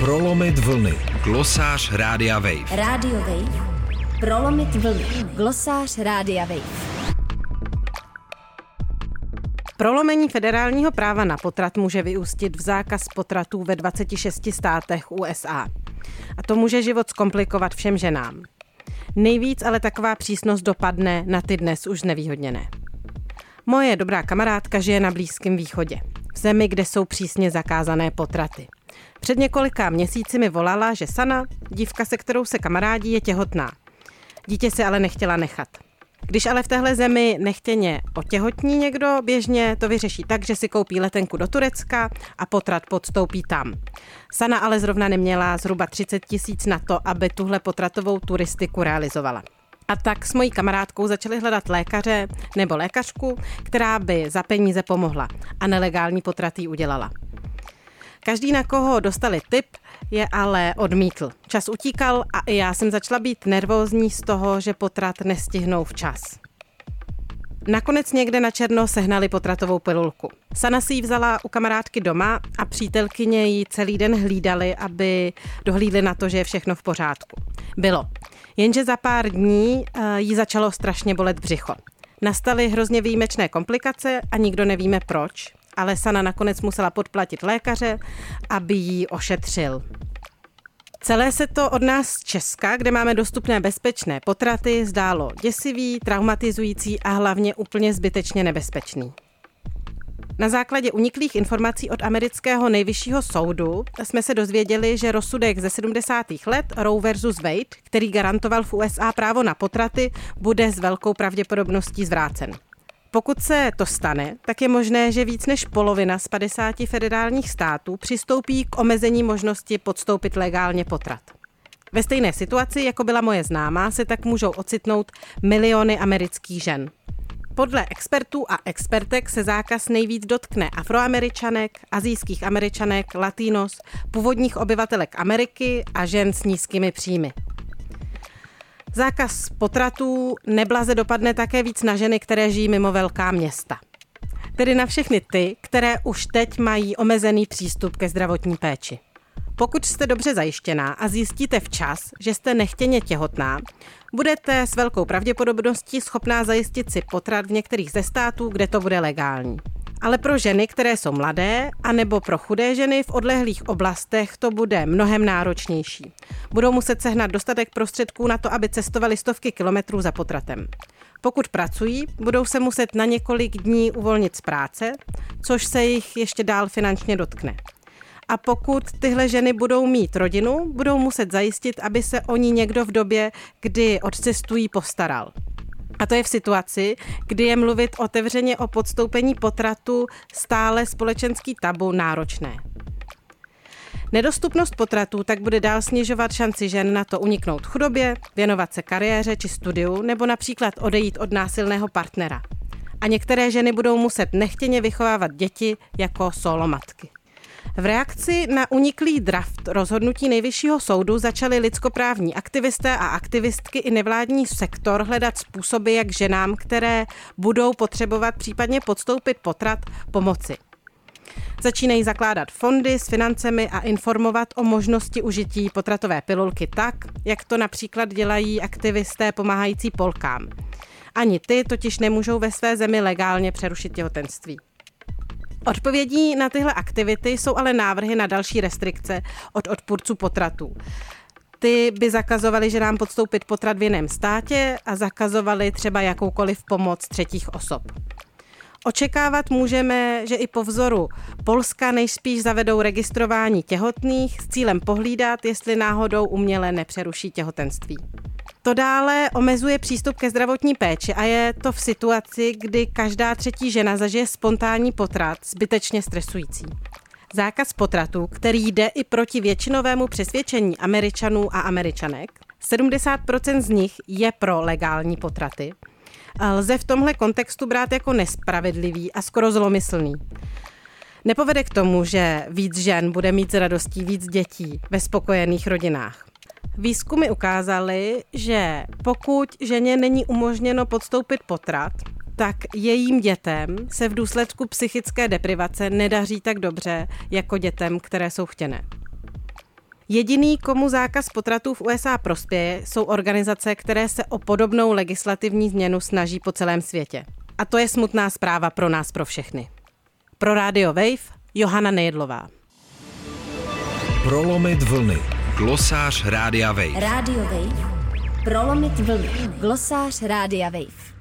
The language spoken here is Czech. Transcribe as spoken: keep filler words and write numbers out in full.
Prolomit vlny. Glosář Rádia Wave. Rádio Wave. Prolomit vlny. Glosář Rádia Wave. Prolomení federálního práva na potrat může vyústit v zákaz potratů ve dvaceti šesti státech U S A. A to může život zkomplikovat všem ženám. Nejvíc ale taková přísnost dopadne na ty dnes už znevýhodněné. Moje dobrá kamarádka žije na Blízkém východě, v zemi, kde jsou přísně zakázané potraty. Před několika měsíci mi volala, že Sana, dívka, se kterou se kamarádí, je těhotná. Dítě si ale nechtěla nechat. Když ale v téhle zemi nechtěně otěhotní někdo, běžně to vyřeší tak, že si koupí letenku do Turecka a potrat podstoupí tam. Sana ale zrovna neměla zhruba třicet tisíc na to, aby tuhle potratovou turistiku realizovala. A tak s mojí kamarádkou začali hledat lékaře nebo lékařku, která by za peníze pomohla a nelegální potrat jí udělala. Každý, na koho dostali tip, je ale odmítl. Čas utíkal a i já jsem začala být nervózní z toho, že potrat nestihnou včas. Nakonec někde na černo sehnali potratovou pilulku. Sana si ji vzala u kamarádky doma a přítelkyně ji celý den hlídali, aby dohlídli na to, že je všechno v pořádku. Bylo. Jenže za pár dní jí začalo strašně bolet břicho. Nastaly hrozně výjimečné komplikace a nikdo nevíme proč, ale Sana nakonec musela podplatit lékaře, aby ji ošetřil. Celé se to od nás z Česka, kde máme dostupné bezpečné potraty, zdálo děsivý, traumatizující a hlavně úplně zbytečně nebezpečný. Na základě uniklých informací od amerického nejvyššího soudu jsme se dozvěděli, že rozsudek ze sedmdesátých let Roe versus Wade, který garantoval v U S A právo na potraty, bude s velkou pravděpodobností zvrácen. Pokud se to stane, tak je možné, že víc než polovina z padesáti federálních států přistoupí k omezení možnosti podstoupit legálně potrat. Ve stejné situaci, jako byla moje známá, se tak můžou ocitnout miliony amerických žen. Podle expertů a expertek se zákaz nejvíc dotkne Afroameričanek, asijských Američanek, Latinos, původních obyvatelek Ameriky a žen s nízkými příjmy. Zákaz potratů neblaze dopadne také víc na ženy, které žijí mimo velká města. Tedy na všechny ty, které už teď mají omezený přístup ke zdravotní péči. Pokud jste dobře zajištěná a zjistíte včas, že jste nechtěně těhotná, budete s velkou pravděpodobností schopná zajistit si potrat v některých ze států, kde to bude legální. Ale pro ženy, které jsou mladé, anebo pro chudé ženy v odlehlých oblastech to bude mnohem náročnější. Budou muset sehnat dostatek prostředků na to, aby cestovali stovky kilometrů za potratem. Pokud pracují, budou se muset na několik dní uvolnit z práce, což se jich ještě dál finančně dotkne. A pokud tyhle ženy budou mít rodinu, budou muset zajistit, aby se o ní někdo v době, kdy odcestují, postaral. A to je v situaci, kdy je mluvit otevřeně o podstoupení potratu stále společenský tabu náročné. Nedostupnost potratů tak bude dál snižovat šanci žen na to uniknout chudobě, věnovat se kariéře či studiu nebo například odejít od násilného partnera. A některé ženy budou muset nechtěně vychovávat děti jako solomatky. V reakci na uniklý draft rozhodnutí Nejvyššího soudu začaly lidskoprávní aktivisté a aktivistky i nevládní sektor hledat způsoby, jak ženám, které budou potřebovat případně podstoupit potrat, pomoci. Začínají zakládat fondy s financemi a informovat o možnosti užití potratové pilulky tak, jak to například dělají aktivisté pomáhající Polkám. Ani ty totiž nemůžou ve své zemi legálně přerušit těhotenství. Odpovědí na tyhle aktivity jsou ale návrhy na další restrikce od odpůrců potratů. Ty by zakazovaly ženám podstoupit potrat v jiném státě a zakazovaly třeba jakoukoliv pomoc třetích osob. Očekávat můžeme, že i po vzoru Polska nejspíš zavedou registrování těhotných s cílem pohlídat, jestli náhodou uměle nepřeruší těhotenství. To dále omezuje přístup ke zdravotní péči a je to v situaci, kdy každá třetí žena zažije spontánní potrat, zbytečně stresující. Zákaz potratu, který jde i proti většinovému přesvědčení Američanů a Američanek, sedmdesát procent z nich je pro legální potraty, lze v tomhle kontextu brát jako nespravedlivý a skoro zlomyslný. Nepovede k tomu, že víc žen bude mít s radostí víc dětí ve spokojených rodinách. Výzkumy ukázaly, že pokud ženě není umožněno podstoupit potrat, tak jejím dětem se v důsledku psychické deprivace nedaří tak dobře jako dětem, které jsou chtěné. Jediný, komu zákaz potratů v U S A prospěje, jsou organizace, které se o podobnou legislativní změnu snaží po celém světě. A to je smutná zpráva pro nás, pro všechny. Pro Radio Wave Johana Nejedlová. Prolomit vlny. Glosář Rádia Wave. Radio Wave. Prolomit vlny. Glosář Rádia Wave.